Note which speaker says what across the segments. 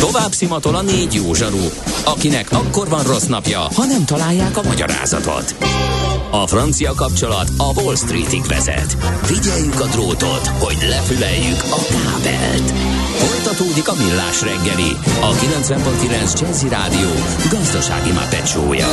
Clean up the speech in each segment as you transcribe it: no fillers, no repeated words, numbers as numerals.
Speaker 1: Tovább szimatol a 4 jó zsaru, akinek akkor van rossz napja, ha nem találják a magyarázatot. A francia kapcsolat a Wall Streetig vezet. Figyeljük a drótot, hogy lefüleljük a kábelt. Folytatódik a Millás reggeli, a 90.9 Jazzy Rádió gazdasági mápecsója.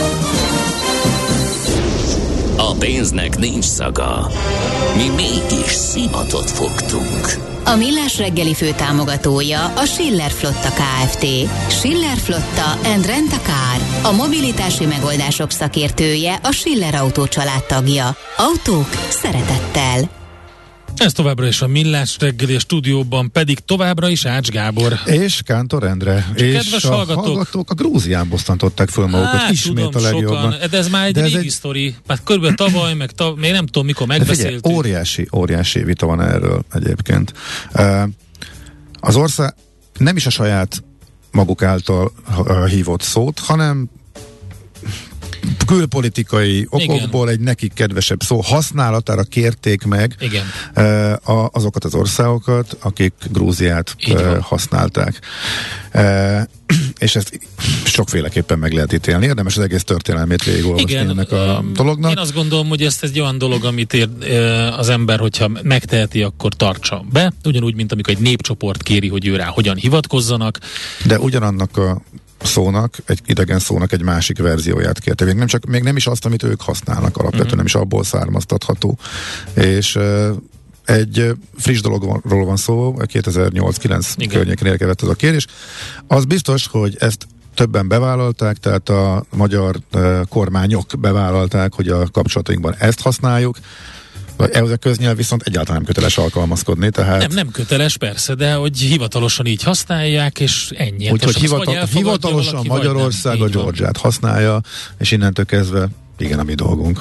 Speaker 1: A pénznek nincs szaga. Mi mégis szimatot fogtunk.
Speaker 2: A Millás reggeli főtámogatója a Schiller Flotta Kft. Schiller Flotta and Rent a Car. A mobilitási megoldások szakértője, a Schiller Autó családtagja. Autók szeretettel.
Speaker 3: Ez továbbra is a Millás reggeli, a stúdióban pedig továbbra is Ács Gábor.
Speaker 4: És Kántor Endre. És
Speaker 3: kedves hallgatók
Speaker 4: a Grúzián bosszantották föl magukat. Ismét
Speaker 3: tudom,
Speaker 4: a legjobban.
Speaker 3: Sokan, de ez már egy régi sztori. Hát körülbelül tavaly, még nem tudom mikor megbeszéltük.
Speaker 4: Óriási vita van erről egyébként. Az ország nem is a saját maguk által hívott szót, hanem külpolitikai okokból egy nekik kedvesebb szó használatára kérték meg azokat az országokat, akik Grúziát használták. És ezt sokféleképpen meg lehet ítélni. Érdemes az egész történelmét végigolvasni ennek a dolognak.
Speaker 3: Én azt gondolom, hogy ez egy olyan dolog, amit az ember, hogyha megteheti, akkor tartsa be. Ugyanúgy, mint amikor egy népcsoport kéri, hogy ő rá hogyan hivatkozzanak.
Speaker 4: De ugyanannak a szónak, egy idegen szónak egy másik verzióját kérte. Még nem is azt, amit ők használnak alapvetően, nem is abból származtatható. És egy friss dologról van szó, 2008-9 környékén érkezett ez a kérés. Az biztos, hogy ezt többen bevállalták, tehát a magyar kormányok bevállalták, hogy a kapcsolatainkban ezt használjuk. Ez a köznyelv viszont egyáltalán nem köteles alkalmazkodni, tehát...
Speaker 3: Nem köteles, persze, de hogy hivatalosan így használják, és ennyi.
Speaker 4: Úgyhogy hivatalosan Magyarország a Georgiát használja, és innentől kezdve igen, a mi dolgunk.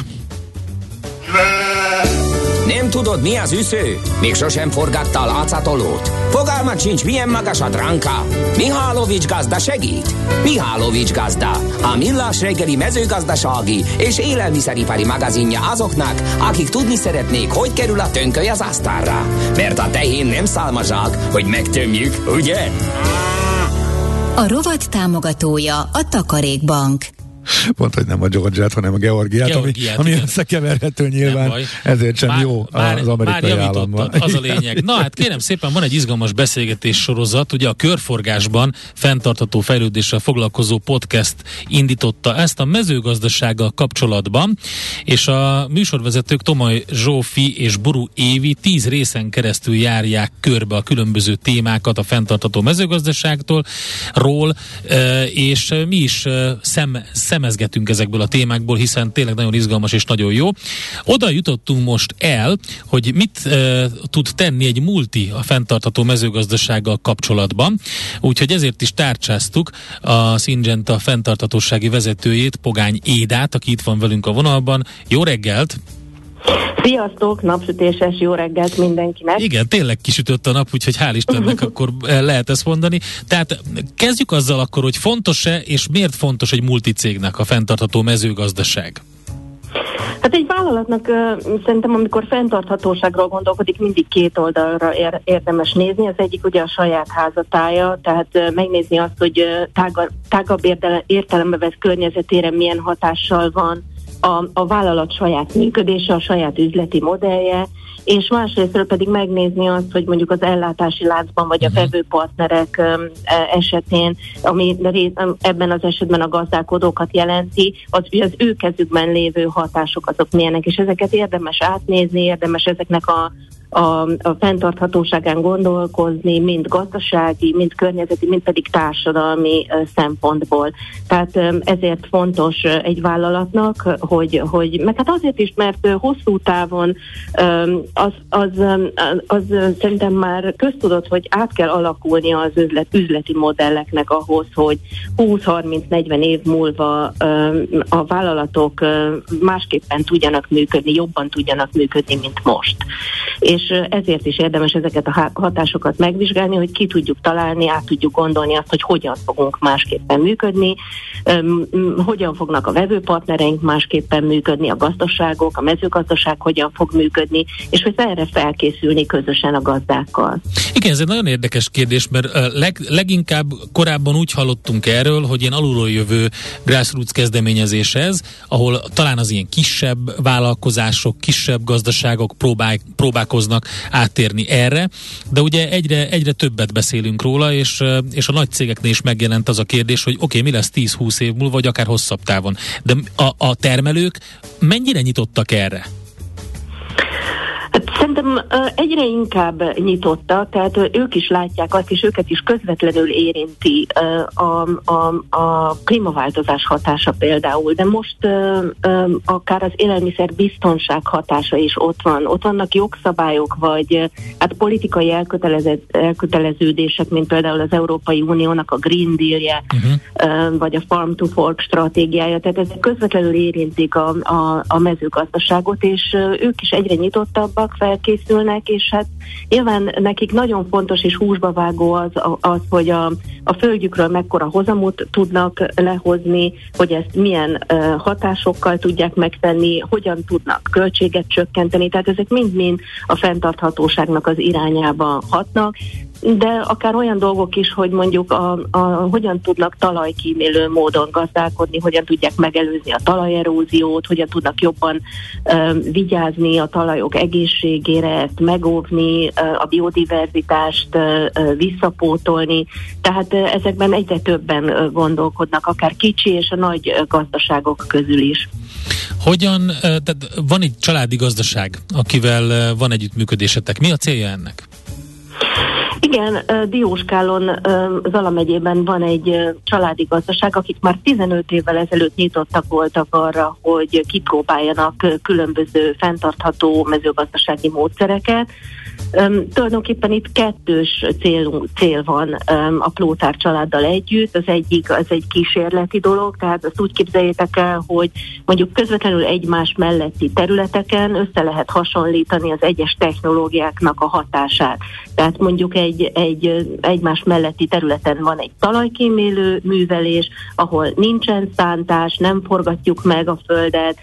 Speaker 1: Nem tudod, mi az üsző? Még sosem forgatta a látszatolót? Fogalmat sincs, milyen magas a dránka? Mihálovics gazda segít? Mihálovics gazda, a Millás reggeli mezőgazdasági és élelmiszeripari magazinja azoknak, akik tudni szeretnék, hogy kerül a tönköly az asztalra. Mert a tehén nem szálmazsák, hogy megtömjük, ugye?
Speaker 2: A rovat támogatója a Takarékbank.
Speaker 4: Pont, hogy nem a Georgiát, hanem a Georgiát, ami összekeverhető nyilván, ezért sem jó az amerikai államban.
Speaker 3: Az a lényeg. Na hát kérem szépen, van egy izgalmas beszélgetés sorozat, ugye a Körforgásban fenntartható fejlődéssel foglalkozó podcast indította ezt a mezőgazdasággal kapcsolatban, és a műsorvezetők Tomaj Zsófi és Buru Évi 10 részen keresztül járják körbe a különböző témákat a fenntartható mezőgazdaságtól, és mi is szemezgetünk ezekből a témákból, hiszen tényleg nagyon izgalmas és nagyon jó. Oda jutottunk most el, hogy mit tud tenni egy multi a fenntartható mezőgazdasággal kapcsolatban, úgyhogy ezért is tárcsáztuk a Syngenta fenntarthatósági vezetőjét, Pogány Édát, aki itt van velünk a vonalban. Jó reggelt!
Speaker 5: Sziasztok, napsütéses jó reggelt mindenkinek.
Speaker 3: Igen, tényleg kisütött a nap, úgyhogy hál' Istennek akkor lehet ezt mondani. Tehát kezdjük azzal akkor, hogy fontos-e, és miért fontos egy multicégnek a fenntartható mezőgazdaság?
Speaker 5: Hát egy vállalatnak szerintem, amikor fenntarthatóságról gondolkodik, mindig két oldalra érdemes nézni. Az egyik ugye a saját házatája, tehát megnézni azt, hogy tágabb értelembe vett környezetére milyen hatással van a vállalat saját működése, a saját üzleti modellje, és másrésztről pedig megnézni azt, hogy mondjuk az ellátási láncban vagy a vevőpartnerek esetén, ami ebben az esetben a gazdálkodókat jelenti, az ő kezükben lévő hatások azok milyenek, és ezeket érdemes átnézni, érdemes ezeknek a fenntarthatóságán gondolkozni, mind gazdasági, mind környezeti, mind pedig társadalmi szempontból. Tehát ezért fontos egy vállalatnak, hogy meg hát azért is, mert hosszú távon az szerintem már köztudott, hogy át kell alakulnia az üzleti modelleknek ahhoz, hogy 20-30-40 év múlva a vállalatok másképpen tudjanak működni, jobban tudjanak működni, mint most. És és ezért is érdemes ezeket a hatásokat megvizsgálni, hogy ki tudjuk találni, át tudjuk gondolni azt, hogy hogyan fogunk másképpen működni, hogyan fognak a vevőpartnereink másképpen működni, a gazdaságok, a mezőgazdaság hogyan fog működni, és hogy erre felkészülni közösen a gazdákkal.
Speaker 3: Igen, ez egy nagyon érdekes kérdés, mert leginkább korábban úgy hallottunk erről, hogy ilyen alulról jövő grassroots kezdeményezés ez, ahol talán az ilyen kisebb vállalkozások, kisebb gazdaságok próbálkoznak áttérni erre, de ugye egyre többet beszélünk róla, és a nagy cégeknél is megjelent az a kérdés, hogy oké, mi lesz 10-20 év múlva, vagy akár hosszabb távon. De a termelők mennyire nyitottak erre?
Speaker 5: Szerintem egyre inkább nyitottak, tehát ők is látják azt, és őket is közvetlenül érinti a klímaváltozás hatása például, de most akár az élelmiszer biztonság hatása is ott van. Ott vannak jogszabályok, vagy hát politikai elköteleződések, mint például az Európai Uniónak a Green Deal-je, vagy a Farm to Fork stratégiája, tehát ezek közvetlenül érintik a mezőgazdaságot, és ők is egyre nyitottabbak, felkészülnek, és hát nyilván nekik nagyon fontos és húsba vágó az, hogy a földjükről mekkora hozamot tudnak lehozni, hogy ezt milyen hatásokkal tudják megtenni, hogyan tudnak költséget csökkenteni, tehát ezek mind-mind a fenntarthatóságnak az irányába hatnak, de akár olyan dolgok is, hogy mondjuk hogyan tudnak talajkímélő módon gazdálkodni, hogyan tudják megelőzni a talajeróziót, hogyan tudnak jobban vigyázni a talajok egészségére, ezt megóvni, a biodiverzitást visszapótolni. Tehát ezekben egyre többen gondolkodnak, akár kicsi és a nagy gazdaságok közül is.
Speaker 3: Tehát van egy családi gazdaság, akivel van együttműködésetek. Mi a célja ennek?
Speaker 5: Igen, Dióskálon, Zala megyében van egy családi gazdaság, akik már 15 évvel ezelőtt nyitottak voltak arra, hogy kipróbáljanak különböző fenntartható mezőgazdasági módszereket. Tulajdonképpen itt kettős cél van a Plótár családdal együtt. Az egyik az egy kísérleti dolog, tehát azt úgy képzeljétek el, hogy mondjuk közvetlenül egymás melletti területeken össze lehet hasonlítani az egyes technológiáknak a hatását. Tehát mondjuk egy egymás melletti területen van egy talajkímélő művelés, ahol nincsen szántás, nem forgatjuk meg a földet,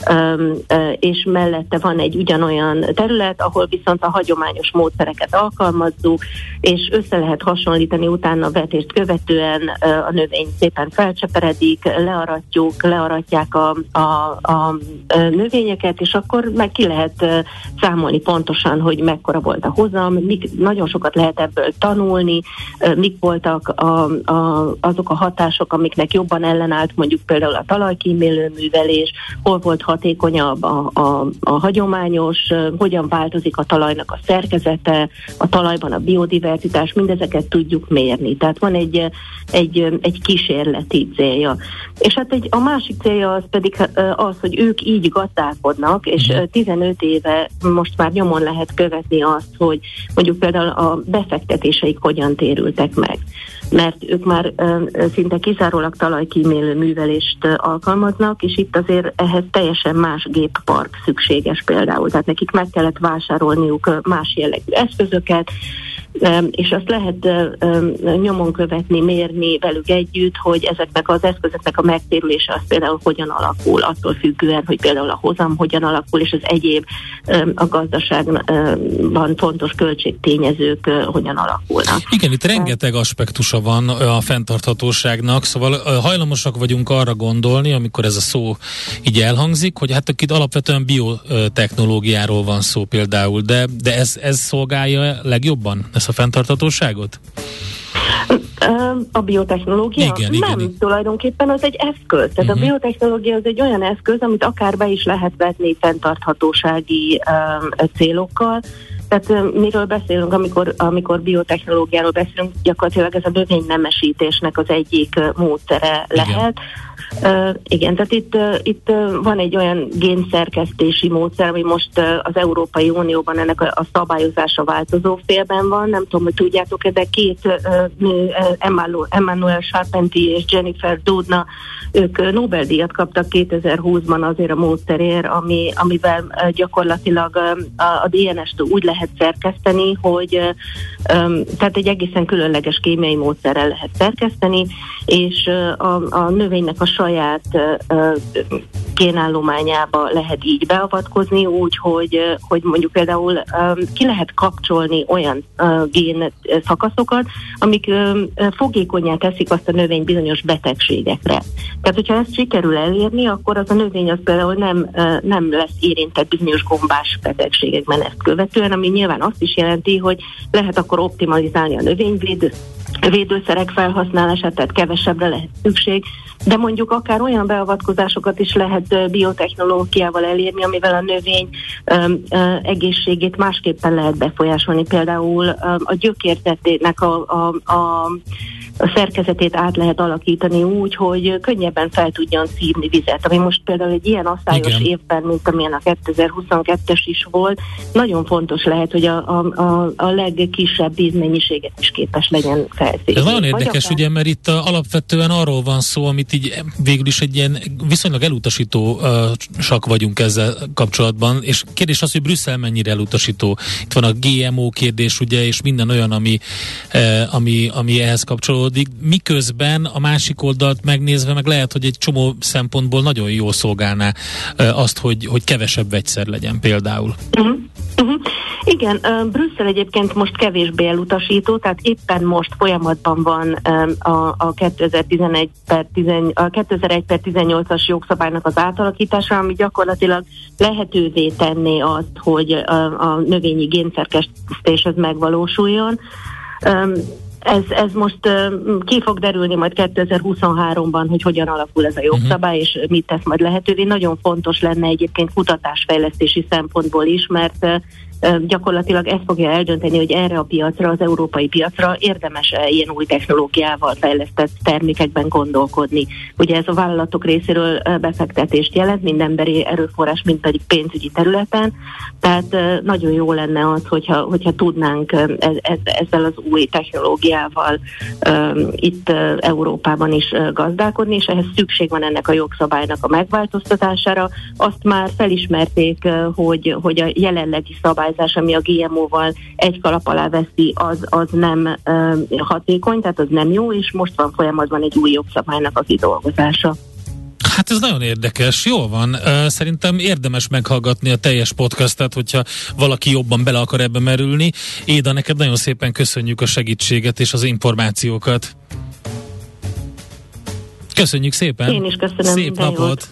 Speaker 5: és mellette van egy ugyanolyan terület, ahol viszont a hagyományos módszereket alkalmazzuk, és össze lehet hasonlítani utána a vetést követően, a növény szépen felcseperedik, learatják a növényeket, és akkor meg ki lehet számolni pontosan, hogy mekkora volt a hozam, nagyon sokat lehet ebből tanulni, mik voltak azok a hatások, amiknek jobban ellenállt mondjuk például a talajkímélő művelés, hol volt hatékonyabb a hagyományos, hogyan változik a talajnak a szerkezete, a talajban a biodiverzitás, mindezeket tudjuk mérni. Tehát van egy kísérleti célja. És hát a másik célja az pedig az, hogy ők így gazdálkodnak, és 15 éve most már nyomon lehet követni azt, hogy mondjuk például a befektetéseik hogyan térültek meg. Mert ők már szinte kizárólag talajkímélő művelést alkalmaznak, és itt azért ehhez teljesen más géppark szükséges például. Tehát nekik meg kellett vásárolniuk más jellegű eszközöket, és azt lehet nyomon követni, mérni velük együtt, hogy ezeknek az eszközöknek a megtérülése az például hogyan alakul, attól függően, hogy például a hozam hogyan alakul, és az egyéb a gazdaságban fontos költségtényezők hogyan alakulnak.
Speaker 3: Igen, itt rengeteg aspektusa van a fenntarthatóságnak, szóval hajlamosak vagyunk arra gondolni, amikor ez a szó így elhangzik, hogy hát itt alapvetően biotechnológiáról van szó például, de ez szolgálja legjobban ezt a fenntarthatóságot?
Speaker 5: A biotechnológia?
Speaker 3: Igen.
Speaker 5: Tulajdonképpen az egy eszköz. Tehát a biotechnológia az egy olyan eszköz, amit akár be is lehet vetni fenntarthatósági célokkal. Tehát miről beszélünk, amikor biotechnológiáról beszélünk, gyakorlatilag ez a növénynemesítésnek az egyik módszere lehet. Igen, tehát itt van egy olyan génszerkesztési módszer, ami most az Európai Unióban ennek a szabályozása változó félben van. Nem tudom, hogy tudjátok, de két nő, Emmanuel Charpentier és Jennifer Doudna, ők Nobel-díjat kaptak 2020-ban azért a módszerért, amivel gyakorlatilag a DNS-t úgy lehet szerkeszteni, hogy tehát egy egészen különleges kémiai módszerrel lehet szerkeszteni, és a növénynek a saját génállományába lehet így beavatkozni, úgy, hogy mondjuk például ki lehet kapcsolni olyan gén szakaszokat, amik fogékonnyá teszik azt a növény bizonyos betegségekre. Tehát, hogyha ezt sikerül elérni, akkor az a növény az például nem lesz érintett bizonyos gombás betegségekben ezt követően, ami nyilván azt is jelenti, hogy lehet akkor optimalizálni a növényvédőszerek felhasználását, tehát kevesebbre lehet szükség, de mondjuk akár olyan beavatkozásokat is lehet biotechnológiával elérni, amivel a növény egészségét másképpen lehet befolyásolni. Például a gyökérzetének a szerkezetét át lehet alakítani úgy, hogy könnyebben fel tudjon szívni vizet. Ami most például egy ilyen asszályos évben, mint amilyen a 2022-es is volt, nagyon fontos lehet, hogy a legkisebb vízmennyiséget is képes legyen felszívni.
Speaker 3: Ez nagyon érdekes, ugye, mert itt alapvetően arról van szó, amit így végül is egy ilyen viszonylag elutasítósak vagyunk ezzel kapcsolatban, és kérdés az, hogy Brüsszel mennyire elutasító. Itt van a GMO kérdés, ugye, és minden olyan, ami ehhez kapcsolódik, miközben a másik oldalt megnézve meg lehet, hogy egy csomó szempontból nagyon jól szolgálná azt, hogy kevesebb vegyszer legyen például.
Speaker 5: Igen, Brüsszel egyébként most kevésbé elutasító, tehát éppen most folyamatban van a 2001/18-as jogszabálynak az átalakítása, ami gyakorlatilag lehetővé tenné azt, hogy a növényi génszerkesztés ez megvalósuljon. Ez most ki fog derülni majd 2023-ban, hogy hogyan alakul ez a jogszabály, és mit tesz majd lehetővé. Nagyon fontos lenne egyébként kutatásfejlesztési szempontból is, mert gyakorlatilag ez fogja eldönteni, hogy erre a piacra, az európai piacra érdemes-e ilyen új technológiával fejlesztett termékekben gondolkodni. Ugye ez a vállalatok részéről befektetést jelent, mind emberi erőforrás, mind pedig pénzügyi területen, tehát nagyon jó lenne az, hogyha tudnánk ezzel az új technológiával itt Európában is gazdálkodni, és ehhez szükség van ennek a jogszabálynak a megváltoztatására. Azt már felismerték, hogy a jelenlegi szabály, ami a GMO-val egy kalap alá veszi, az nem hatékony, tehát az nem jó, és most van folyamatban egy új jogszabálynak a kidolgozása.
Speaker 3: Hát ez nagyon érdekes, jól van. Szerintem érdemes meghallgatni a teljes podcastet, hogyha valaki jobban bele akar ebbe merülni. Éda, neked nagyon szépen köszönjük a segítséget és az információkat. Köszönjük szépen!
Speaker 5: Én is köszönöm.
Speaker 3: Szép napot!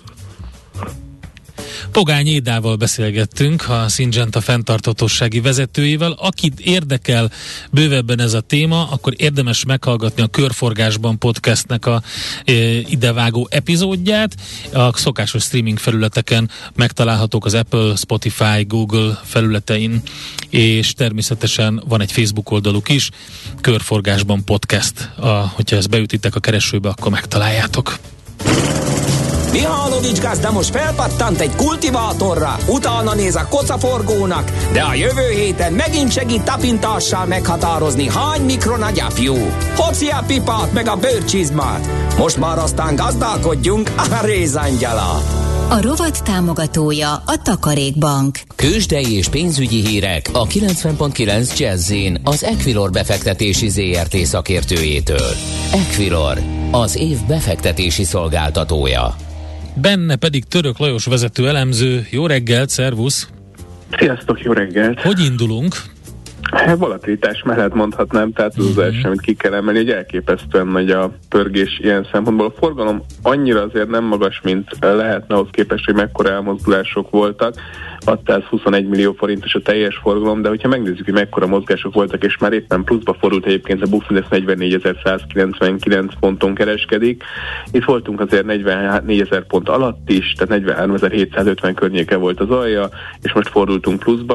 Speaker 3: Pogány Édával beszélgettünk, a Syngenta fenntarthatósági vezetőjével. Akit érdekel bővebben ez a téma, akkor érdemes meghallgatni a Körforgásban podcastnek a idevágó epizódját. A szokásos streaming felületeken megtalálhatók az Apple, Spotify, Google felületein, és természetesen van egy Facebook oldaluk is, Körforgásban podcast. Hogyha ezt beütitek a keresőbe, akkor megtaláljátok.
Speaker 1: Mihálovics gazda most felpattant egy kultivátorra, utána néz a kocaforgónak, de a jövő héten megint segít tapintással meghatározni, hány mikron a gyapjú. Hoci a pipát meg a bőrcsizmát. Most már aztán gazdálkodjunk a rézangyala.
Speaker 2: A rovat támogatója a Takarékbank.
Speaker 1: Kősdei és pénzügyi hírek a 90.9 Jazz-in az Equilor befektetési ZRT szakértőjétől. Equilor, az év befektetési szolgáltatója.
Speaker 3: Benne pedig Török Lajos vezető elemző. Jó reggelt, szervusz!
Speaker 6: Sziasztok, jó reggelt!
Speaker 3: Hogy indulunk?
Speaker 6: Volatilitás mellett mondhatnám, tehát az első, amit ki kell emelni, hogy elképesztően nagy a pörgés ilyen szempontból. A forgalom annyira azért nem magas, mint lehetne ahhoz képest, hogy mekkora elmozdulások voltak. 621 millió forintos a teljes forgalom, de hogyha megnézzük, hogy mekkora mozgások voltak, és már éppen pluszba fordult egyébként a Bux Index 44.199 ponton kereskedik. Itt voltunk azért 44.000 pont alatt is, tehát 43.750 környéke volt az alja, és most fordultunk pluszba.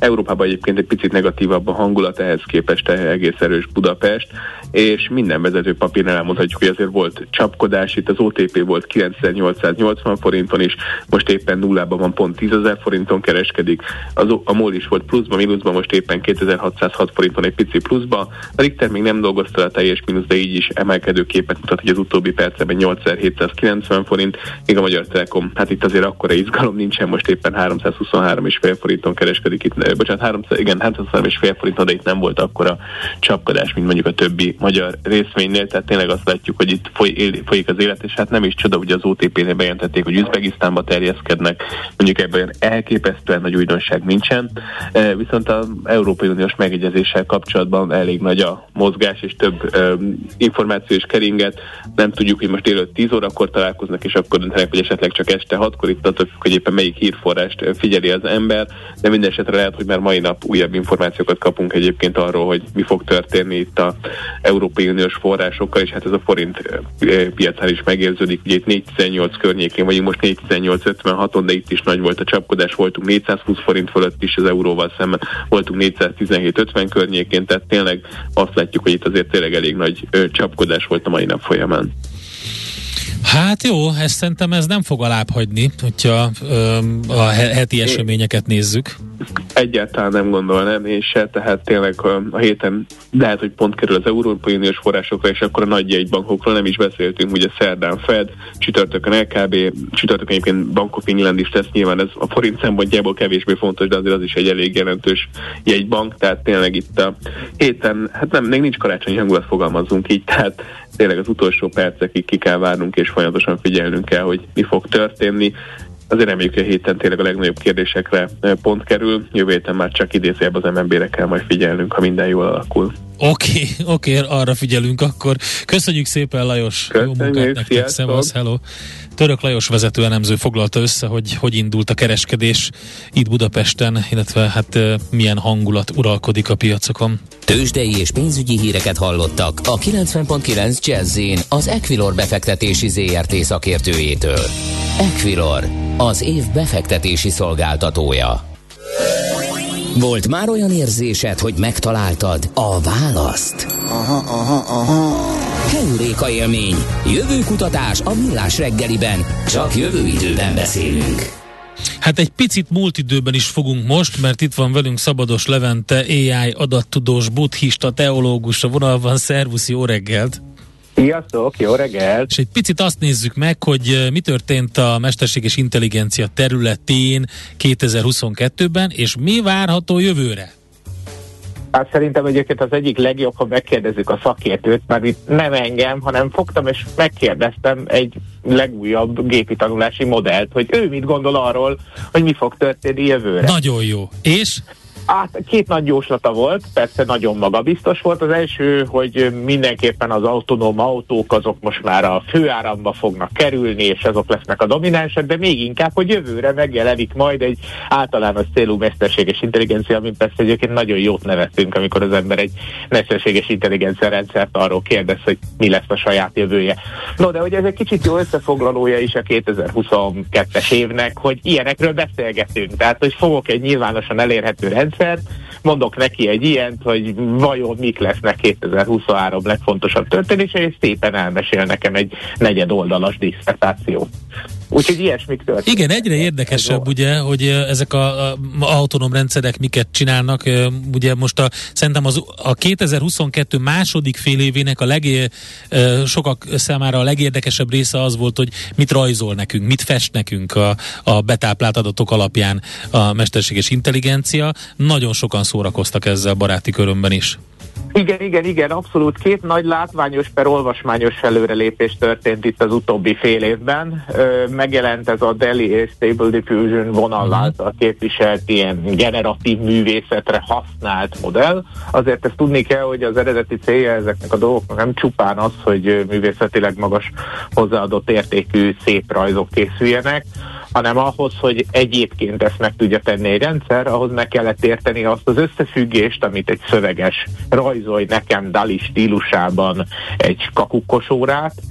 Speaker 6: Európában egyébként egy picit negatívabb a hangulat, ehhez képest egész erős Budapest, és minden vezető papírnál elmondhatjuk, hogy azért volt csapkodás, itt az OTP volt 9880 forinton is, most éppen nullában van, pont 10.000 forinton kereskedik, a MOL is volt pluszban, mínuszban, most éppen 2606 forinton egy pici pluszba, a Richter még nem dolgozta a teljes mínusz, de így is emelkedő képet mutat, hogy az utóbbi percben 8790 forint, még a Magyar Telekom, hát itt azért akkora izgalom nincsen, most éppen 323,5 forinton kereskedik itt, 323,5 forinton, de itt nem volt akkora csapkodás, mint mondjuk a többi magyar részvénynél, tehát tényleg azt látjuk, hogy itt folyik az élet, és hát nem is csoda, hogy az OTP-nél bejelentették, hogy Üzbegisztánba terjeszkednek, mondjuk ebben elképesztően nagy újdonság nincsen, viszont az Európai Uniós megegyezéssel kapcsolatban elég nagy a mozgás, és több információ is keringet, nem tudjuk, hogy most délután 10 órakor találkoznak, és akkor döntenek, hogy esetleg csak este 6-kor, itt attól függ, hogy éppen melyik hírforrást figyeli az ember, de minden esetre lehet, hogy már mai nap újabb információkat kapunk egyébként arról, hogy mi fog történni itt az Európai Uniós forrásokkal, és hát ez a forint piacán is megérződik, ugye itt 418 környékén vagyunk, most 418,56-on, de itt is nagy volt a csapkodás, voltunk 420 forint fölött is az euróval szemben, voltunk 417,50 környékén, tehát tényleg azt látjuk, hogy itt azért tényleg elég nagy csapkodás volt a mai nap folyamán.
Speaker 3: Hát jó, ezt szerintem ez nem fog alább hagyni, hogyha a heti eseményeket nézzük.
Speaker 6: Egyáltalán nem gondolnám, és se, tehát tényleg a héten lehet, hogy pont kerül az Európai Uniós forrásokra, és akkor a nagy jegybankokról nem is beszéltünk, ugye szerdán Fed, csütörtökön LKB, csütörtökön egyébként Bank of England is tesz, nyilván ez a forint szempontjából kevésbé fontos, de azért az is egy elég jelentős jegybank, tehát tényleg itt a héten, hát nem, még nincs karácsonyi hangulat, fogalmazzunk így, tehát tényleg az utolsó percekig ki kell várnunk, és folyamatosan figyelnünk kell, hogy mi fog történni. Azért reméljük, hogy a héten tényleg a legnagyobb kérdésekre pont kerül. Jövő héten már csak idézőjelben az MNB-re kell majd figyelnünk, ha minden jól alakul.
Speaker 3: Oké, arra figyelünk akkor. Köszönjük szépen, Lajos!
Speaker 6: Köszönjük,
Speaker 3: jó munkát nektek, szevasz, hello! Török Lajos vezető elemző foglalta össze, hogy indult a kereskedés itt Budapesten, illetve hát milyen hangulat uralkodik a piacokon.
Speaker 1: Tőzsdei és pénzügyi híreket hallottak a 90.9 Jazz-in az Equilor befektetési ZRT szakértőjétől. Equilor, az év befektetési szolgáltatója. Volt már olyan érzésed, hogy megtaláltad a választ? Aha. Heuréka élmény, jövőkutatás a Millás reggeliben, csak jövő időben beszélünk.
Speaker 3: Hát egy picit múlt időben is fogunk most, mert itt van velünk Szabados Levente, AI adattudós, buddhista, teológus a vonalban. Szervusz, jó reggelt!
Speaker 7: Sziasztok, jó reggelt!
Speaker 3: És egy picit azt nézzük meg, hogy mi történt a mesterséges intelligencia területén 2022-ben, és mi várható jövőre?
Speaker 7: Hát szerintem egyébként az egyik legjobb, ha megkérdezzük a szakértőt, mert itt nem engem, hanem fogtam és megkérdeztem egy legújabb gépi tanulási modellt, hogy ő mit gondol arról, hogy mi fog történni jövőre.
Speaker 3: Nagyon jó. És?
Speaker 7: Hát két nagy jóslata volt, persze nagyon magabiztos volt. Az első, hogy mindenképpen az autonóm autók azok most már a főáramba fognak kerülni, és azok lesznek a dominánsok, de még inkább, hogy jövőre megjelenik majd egy általános célú mesterséges intelligencia, amin persze egyébként nagyon jót nevettünk, amikor az ember egy mesterséges intelligencia rendszert arról kérdez, hogy mi lesz a saját jövője. No, de hogy ez egy kicsit jó összefoglalója is a 2022-es évnek, hogy ilyenekről beszélgetünk. Tehát, hogy fogok egy nyilvánosan elérhető rendszert, mondok neki egy ilyent, hogy vajon mik lesznek 2023 legfontosabb történése, és szépen elmesél nekem egy negyedoldalas diszertáció. Úgyhogy ilyesmik történik.
Speaker 3: Igen, egyre érdekesebb ugye, hogy ezek az autonóm rendszerek miket csinálnak. Ugye most szerintem a 2022 második fél évének sokak számára a legérdekesebb része az volt, hogy mit rajzol nekünk, mit fest nekünk a betáplált adatok alapján a mesterséges intelligencia. Nagyon sokan szórakoztak ezzel baráti körömben is.
Speaker 7: Igen, abszolút két nagy látványos per olvasmányos előrelépés történt itt az utóbbi fél évben. Megjelent ez a DALL-E és Stable Diffusion vonal által képviselt ilyen generatív művészetre használt modell. Azért ezt tudni kell, hogy az eredeti célja ezeknek a dolgoknak nem csupán az, hogy művészetileg magas hozzáadott értékű szép rajzok készüljenek, hanem ahhoz, hogy egyébként ezt meg tudja tenni egy rendszer, ahhoz meg kellett érteni azt az összefüggést, amit egy szöveges rajzolj nekem DALL-E stílusában egy kakukkos órát,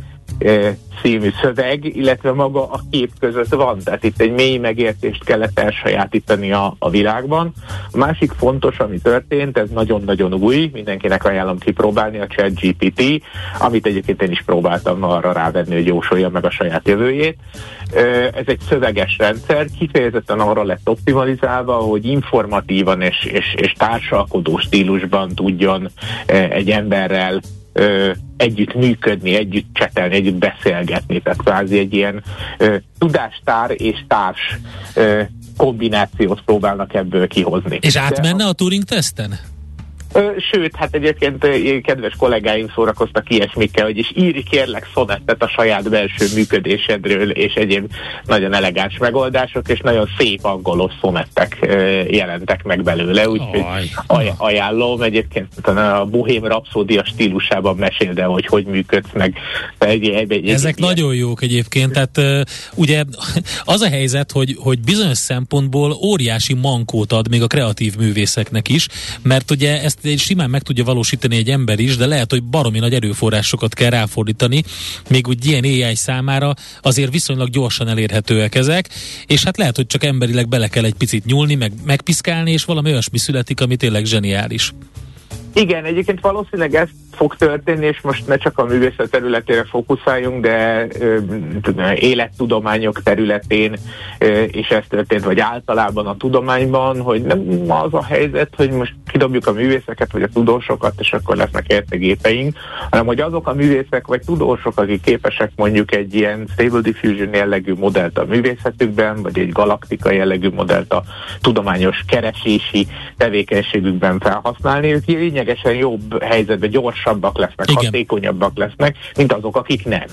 Speaker 7: című szöveg, illetve maga a kép között van. Tehát itt egy mély megértést kellett elsajátítani a világban. A másik fontos, ami történt, ez nagyon-nagyon új, mindenkinek ajánlom kipróbálni, a ChatGPT, amit egyébként én is próbáltam arra rávenni, hogy jósolja meg a saját jövőjét. Ez egy szöveges rendszer, kifejezetten arra lett optimalizálva, hogy informatívan és társalkodó stílusban tudjon egy emberrel együtt működni, együtt csetelni, együtt beszélgetni. Tehát kvázi egy ilyen tudástár és társ kombinációt próbálnak ebből kihozni.
Speaker 3: És átmenne a Turing-teszten?
Speaker 7: Sőt, hát egyébként kedves kollégáim szórakoztak ilyesmikkel, hogy is írj kérlek szonettet a saját belső működésedről, és egyéb nagyon elegáns megoldások, és nagyon szép angolos szonettek jelentek meg belőle, úgyhogy ajánlom. Egyébként a Bohém Rapszódia stílusában meséld el, hogy működsz meg.
Speaker 3: Ezek nagyon jók egyébként, tehát ugye az a helyzet, hogy bizonyos szempontból óriási mankót ad még a kreatív művészeknek is, mert ugye ezt simán meg tudja valósítani egy ember is, de lehet, hogy baromi nagy erőforrásokat kell ráfordítani, még úgy ilyen AI számára azért viszonylag gyorsan elérhetőek ezek, és hát lehet, hogy csak emberileg bele kell egy picit nyúlni, megpiszkálni, és valami olyasmi születik, ami tényleg zseniális.
Speaker 7: Igen, egyébként valószínűleg ez fog történni, és most ne csak a művészet területére fókuszáljunk, de élettudományok területén és ez történt, vagy általában a tudományban, hogy nem az a helyzet, hogy most kidobjuk a művészeket, vagy a tudósokat, és akkor lesznek érte gépeink, hanem hogy azok a művészek, vagy tudósok, akik képesek mondjuk egy ilyen Stable Diffusion jellegű modellt a művészetükben, vagy egy galaktika jellegű modellt a tudományos keresési tevékenységükben felhasználni, ők lényegesen jobb helyzetben, gyorsabbak lesznek, igen, hatékonyabbak lesznek, mint azok, akik nem.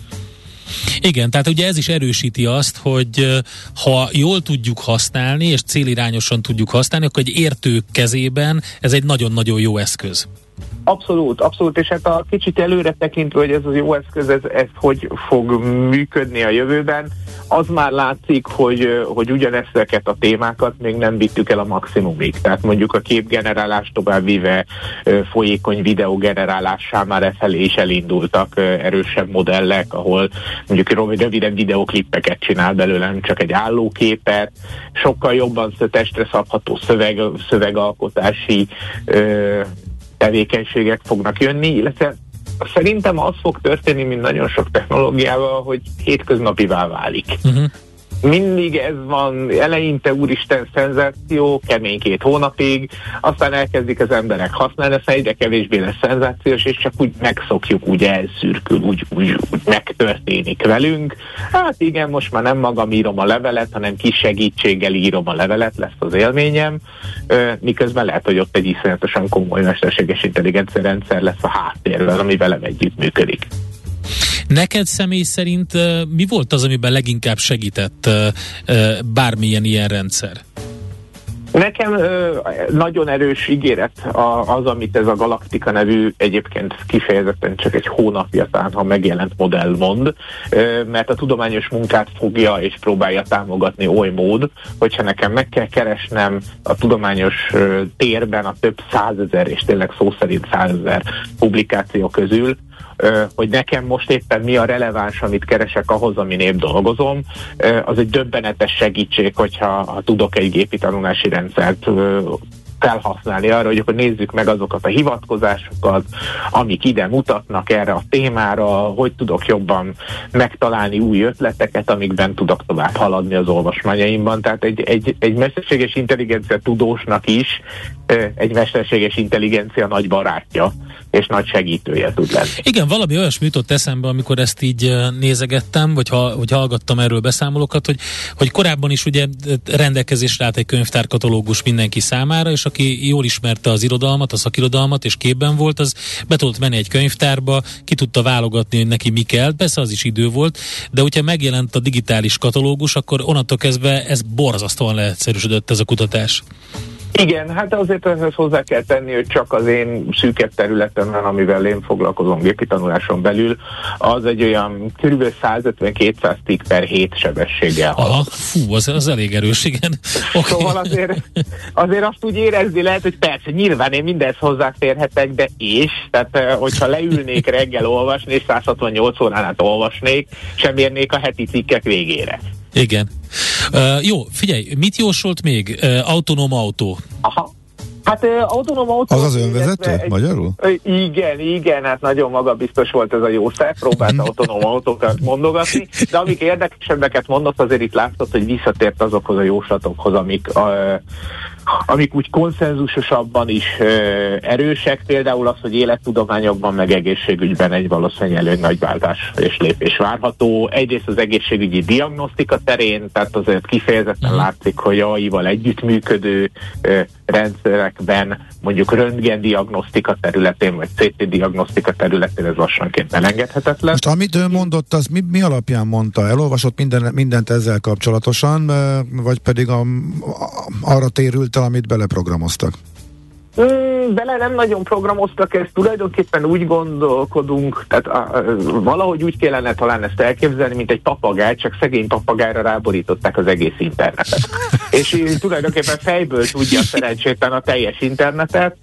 Speaker 3: Igen, tehát ugye ez is erősíti azt, hogy ha jól tudjuk használni, és célirányosan tudjuk használni, akkor egy értő kezében ez egy nagyon-nagyon jó eszköz.
Speaker 7: Abszolút, és hát a kicsit előre tekintve, hogy ez az jó eszköz, ez hogy fog működni a jövőben, az már látszik, hogy ugyanezeket a témákat még nem vittük el a maximumig. Tehát mondjuk a képgenerálás továbbvive folyékony videógenerálássá már efelé is elindultak erősebb modellek, ahol mondjuk röviden videóklippeket csinál belőle, nem csak egy állóképet, sokkal jobban testre szabható szövegalkotási tevékenységek fognak jönni, illetve szerintem az fog történni, mint nagyon sok technológiával, hogy hétköznapivá válik. Mindig ez van, eleinte úristen szenzáció, kemény 2 hónapig, aztán elkezdik az emberek használni, aztán egyre kevésbé lesz szenzációs, és csak úgy megszokjuk, úgy elszürkül, úgy megtörténik velünk. Hát igen, most már nem magam írom a levelet, hanem kis segítséggel írom a levelet, lesz az élményem, miközben lehet, hogy ott egy iszonyatosan komoly mesterséges intelligencia rendszer lesz a háttérben, ami velem együtt működik.
Speaker 3: Neked személy szerint mi volt az, amiben leginkább segített bármilyen ilyen rendszer?
Speaker 7: Nekem nagyon erős ígéret az, amit ez a Galaktika nevű, egyébként kifejezetten csak egy hónapja talán, ha megjelent modell mond, mert a tudományos munkát fogja és próbálja támogatni oly mód, hogyha nekem meg kell keresnem a tudományos térben a több 100 000 és tényleg szó szerint 100 000 publikáció közül, hogy nekem most éppen mi a releváns, amit keresek ahhoz, amin épp dolgozom, az egy döbbenetes segítség, hogyha tudok egy gépi tanulási rendszert felhasználni arra, hogy akkor nézzük meg azokat a hivatkozásokat, amik ide mutatnak erre a témára, hogy tudok jobban megtalálni új ötleteket, amikben tudok tovább haladni az olvasmányaimban. Tehát egy mesterséges intelligencia tudósnak is egy mesterséges intelligencia nagy barátja és nagy segítője tud lenni.
Speaker 3: Igen, valami olyasmi jutott eszembe, amikor ezt így nézegettem, vagy hallgattam erről beszámolókat, hogy korábban is ugye rendelkezésre állt egy könyvtárkatalógus mindenki számára, és aki jól ismerte az irodalmat, a szakirodalmat, és képben volt, az be tudott menni egy könyvtárba, ki tudta válogatni, hogy neki mi kell, persze az is idő volt, de hogyha megjelent a digitális katalógus, akkor onnantól kezdve ez borzasztóan leegyszerűsödött ez a kutatás.
Speaker 7: Igen, hát azért ehhez hozzá kell tenni, hogy csak az én szűkebb területemben, amivel én foglalkozom gépi tanuláson belül, az egy olyan kb. 150-200 TIC per hét sebességgel.
Speaker 3: Aha, fú, az elég erős, igen.
Speaker 7: Okay. Szóval azért azt úgy érezni lehet, hogy persze, nyilván én mindez hozzáférhetek, de tehát hogyha leülnék reggel olvasni, és 168 órán át olvasnék, sem érnék a heti cikkek végére.
Speaker 3: Igen. Jó, figyelj, mit jósolt még? Autonóm autó.
Speaker 7: Aha. Hát autonóm autó...
Speaker 4: Az önvezető? Magyarul?
Speaker 7: Igen, hát nagyon magabiztos volt ez a jószág, próbált autonóm autókat mondogatni, de amik érdekesebbeket mondott, azért itt látszott, hogy visszatért azokhoz a jóslatokhoz, amik úgy konszenzusosabban is erősek, például az, hogy élettudományokban meg egészségügyben egy valószínűleg elég nagy váltás és lépés várható. Egyrészt az egészségügyi diagnosztika terén, tehát azért kifejezetten látszik, hogy AI-val együttműködő rendszerekben, mondjuk röntgendiagnosztika területén, vagy CT diagnosztika területén ez lassanként elengedhetetlen.
Speaker 4: Most amit ő mondott, az mi alapján mondta? Elolvasott mindent ezzel kapcsolatosan, vagy pedig arra térült, amit beleprogramoztak?
Speaker 7: Bele nem nagyon programoztak, ezt tulajdonképpen úgy gondolkodunk, tehát valahogy úgy kellene talán ezt elképzelni, mint egy papagáj, csak szegény papagájra ráborították az egész internetet. És tulajdonképpen fejből tudja szerencsétlen a teljes internetet,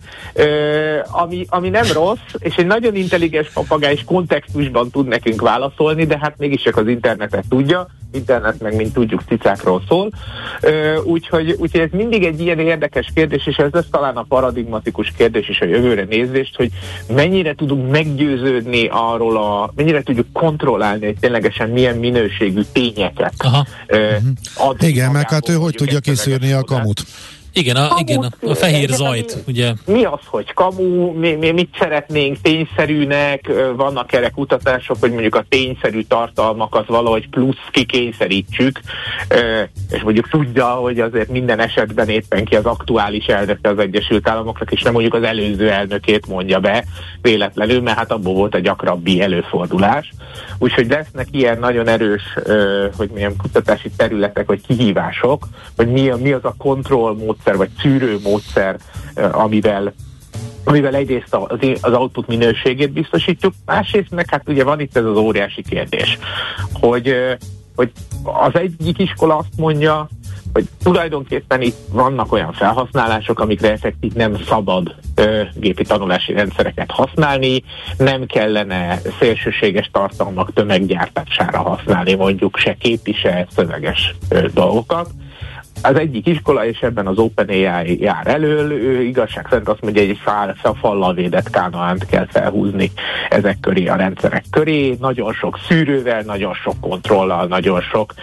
Speaker 7: ami nem rossz, és egy nagyon intelligens papagáj és kontextusban tud nekünk válaszolni, de hát mégiscsak az internetet tudja, internet meg, mint tudjuk, cicákról szól. Úgyhogy ez mindig egy ilyen érdekes kérdés, és ez lesz talán a paradigmatikus kérdés is a jövőre nézést, hogy mennyire tudunk meggyőződni arról, mennyire tudjuk kontrollálni, hogy ténylegesen milyen minőségű tényeket ad.
Speaker 4: Igen, meg hát ő hogy tudja kiszűrni a kamut.
Speaker 3: Igen, a fehér zajt, ugye?
Speaker 7: Mi az, hogy kamu, mi mit szeretnénk tényszerűnek, vannak erre kutatások, hogy mondjuk a tényszerű tartalmakat valahogy plusz kikényszerítsük, és mondjuk tudja, hogy azért minden esetben éppen ki az aktuális elnöke az Egyesült Államoknak, és nem mondjuk az előző elnökét mondja be véletlenül, mert hát abból volt a gyakrabbi előfordulás. Úgyhogy lesznek ilyen nagyon erős, hogy milyen kutatási területek, vagy kihívások, hogy mi az a kontrollmódszer, vagy szűrőmódszer, amivel egyrészt az output minőségét biztosítjuk, másrészt meg hát ugye van itt ez az óriási kérdés, hogy az egyik iskola azt mondja, hogy tulajdonképpen itt vannak olyan felhasználások, amikre effektív nem szabad gépi tanulási rendszereket használni, nem kellene szélsőséges tartalmak tömeggyártására használni, mondjuk se képi, se szöveges dolgokat. Az egyik iskola, és ebben az OpenAI jár elől, ő igazság szerint azt mondja, hogy egy fallal védett kánaánt kell felhúzni ezek köré, a rendszerek köré, nagyon sok szűrővel, nagyon sok kontrollal, nagyon sok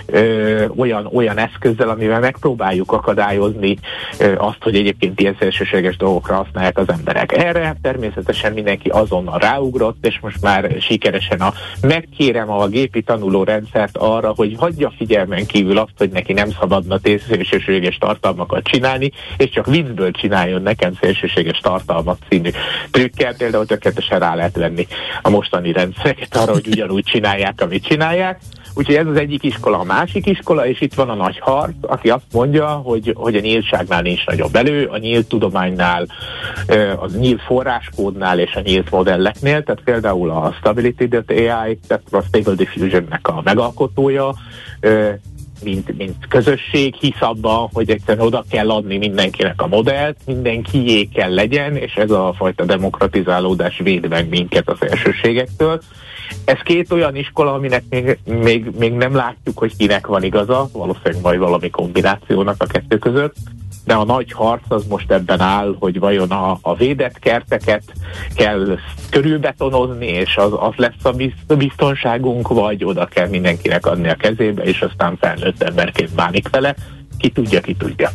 Speaker 7: olyan eszközzel, amivel megpróbáljuk akadályozni azt, hogy egyébként ilyen szélsőséges dolgokra használják az emberek. Erre természetesen mindenki azonnal ráugrott, és most már sikeresen megkérem a gépi tanuló rendszert arra, hogy hagyja figyelmen kívül azt, hogy neki nem szabadna szélsőséges tartalmakat csinálni, és csak viccből csináljon nekem szélsőséges tartalmat színű trükkel, például tökéletesen rá lehet venni a mostani rendszereket arra, hogy ugyanúgy csinálják, amit csinálják. Úgyhogy ez az egyik iskola, a másik iskola, és itt van a nagy harc, aki azt mondja, hogy a nyíltságnál nincs nagyobb elő, a nyílt tudománynál, a nyílt forráskódnál és a nyílt modelleknél, tehát például a Stability.ai, tehát a Stable Diffusion-nek a megalkotója, mint közösség hisz abban, hogy egyszerűen oda kell adni mindenkinek a modellt, mindenkié kell legyen, és ez a fajta demokratizálódás véd meg minket az elsőségektől. Ez két olyan iskola, aminek még nem látjuk, hogy kinek van igaza, valószínűleg majd valami kombinációnak a kettő között, de a nagy harc az most ebben áll, hogy vajon a védett kerteket kell körülbetonozni, és az lesz a biztonságunk, vagy oda kell mindenkinek adni a kezébe, és aztán felnőtt emberként bánik vele. Ki tudja.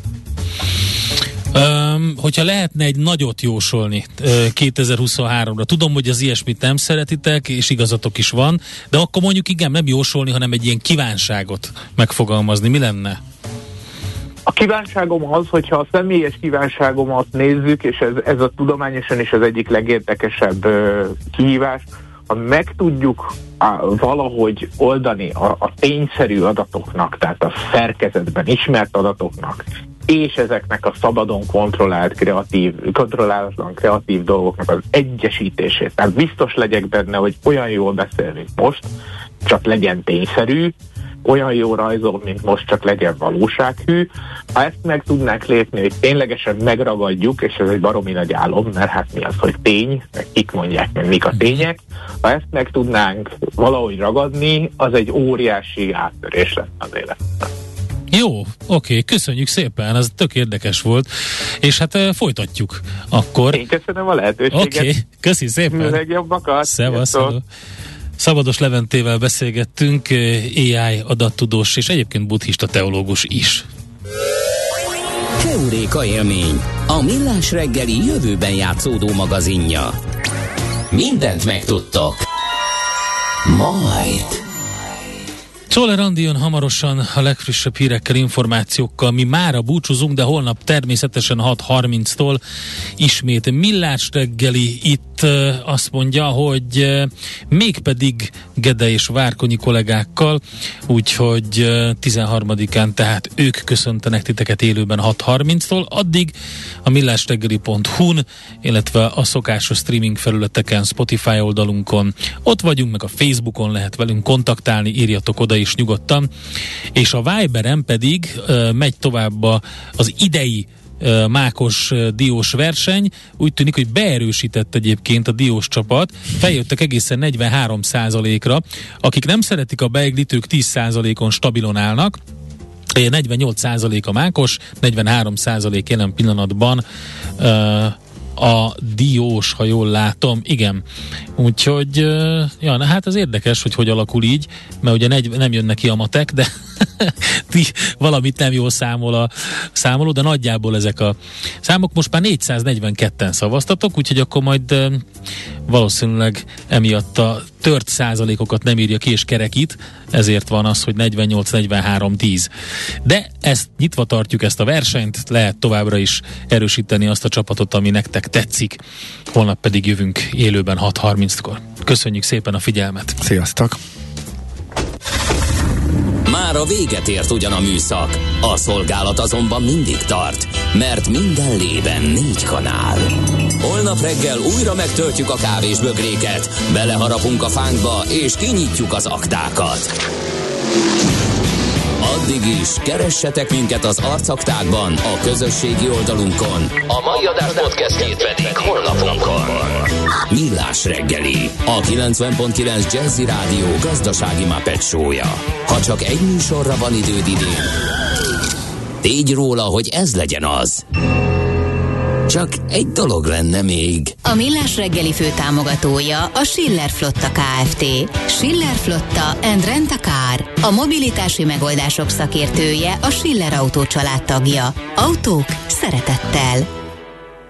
Speaker 3: Hogyha lehetne egy nagyot jósolni 2023-ra, tudom, hogy az ilyesmit nem szeretitek, és igazatok is van, de akkor mondjuk igen, nem jósolni, hanem egy ilyen kívánságot megfogalmazni. Mi lenne?
Speaker 7: A kívánságom az, hogyha a személyes kívánságomat nézzük, és ez a tudományosan is az egyik legérdekesebb kihívás, ha meg tudjuk valahogy oldani a tényszerű adatoknak, tehát a szerkezetben ismert adatoknak, és ezeknek a szabadon kontrollálatlan kreatív dolgoknak az egyesítését. Tehát biztos legyek benne, hogy olyan jól beszél, mint most, csak legyen tényszerű, olyan jó rajzol, mint most, csak legyen valósághű. Ha ezt meg tudnánk lépni, hogy ténylegesen megragadjuk, és ez egy baromi nagy álom, mert hát mi az, hogy tény, meg kik mondják, meg mik a tények, ha ezt meg tudnánk valahogy ragadni, az egy óriási áttörés lenne az életben.
Speaker 3: Jó, oké, köszönjük szépen, ez tök érdekes volt, és hát folytatjuk akkor.
Speaker 7: Én köszönöm a lehetőséget.
Speaker 3: Oké, köszi szépen.
Speaker 7: Legjobbakat.
Speaker 3: Szevasz. Szabados Leventével beszélgettünk, AI adattudós és egyébként buddhista teológus is.
Speaker 1: Heuréka élmény, a Millás reggeli jövőben játszódó magazinja. Mindent megtudtok. Majd.
Speaker 3: Czoller Andi jön hamarosan a legfrissebb hírekkel, információkkal. Mi mára búcsúzunk, de holnap természetesen 6:30-tól ismét Millás reggeli. Itt azt mondja, hogy mégpedig Gede és Várkonyi kollégákkal, úgyhogy 13-án, tehát ők köszöntenek titeket élőben 6:30-tól. Addig a millásreggeli.hu-n, illetve a szokásos streaming felületeken, Spotify oldalunkon ott vagyunk, meg a Facebookon lehet velünk kontaktálni, írjatok oda is nyugodtan, és a Viberen pedig megy tovább az idei mákos diós verseny. Úgy tűnik, hogy beerősített egyébként a diós csapat, feljöttek egészen 43%-ra, akik nem szeretik a beiglit, ők 10%-on stabilon állnak, 48% a mákos, 43% jelen pillanatban a diós, ha jól látom, igen. Úgyhogy, ja, na hát ez érdekes, hogy alakul így, mert ugye nem jön neki a matek, de valamit nem jól számol a számoló, de nagyjából ezek a számok. Most már 442-en szavaztatok, úgyhogy akkor majd valószínűleg emiatt a tört százalékokat nem írja ki és kerekít, ezért van az, hogy 48-43-10. De ezt nyitva tartjuk, ezt a versenyt, lehet továbbra is erősíteni azt a csapatot, ami nektek tetszik. Holnap pedig jövünk élőben 6:30-kor. Köszönjük szépen a figyelmet!
Speaker 4: Sziasztok!
Speaker 1: Már a véget ért ugyan a műszak, a szolgálat azonban mindig tart, mert minden lében 4 kanál. Holnap reggel újra megtöltjük a kávésbögréket, beleharapunk a fánkba és kinyitjuk az aktákat. Addig is keressetek minket az arcaktákban, a közösségi oldalunkon. A mai adás podcastjét pedig honlapunkon. Millás reggeli, a 90.9 Jazzy Rádió gazdasági Muppet show-ja. Ha csak egy műsorra van időd idén, tégy róla, hogy ez legyen az. Csak egy dolog lenne még.
Speaker 2: A Millás reggeli főtámogatója a Schiller Flotta Kft. Schiller Flotta and Rent a Car. A mobilitási megoldások szakértője, a Schiller Autó család tagja. Autók szeretettel.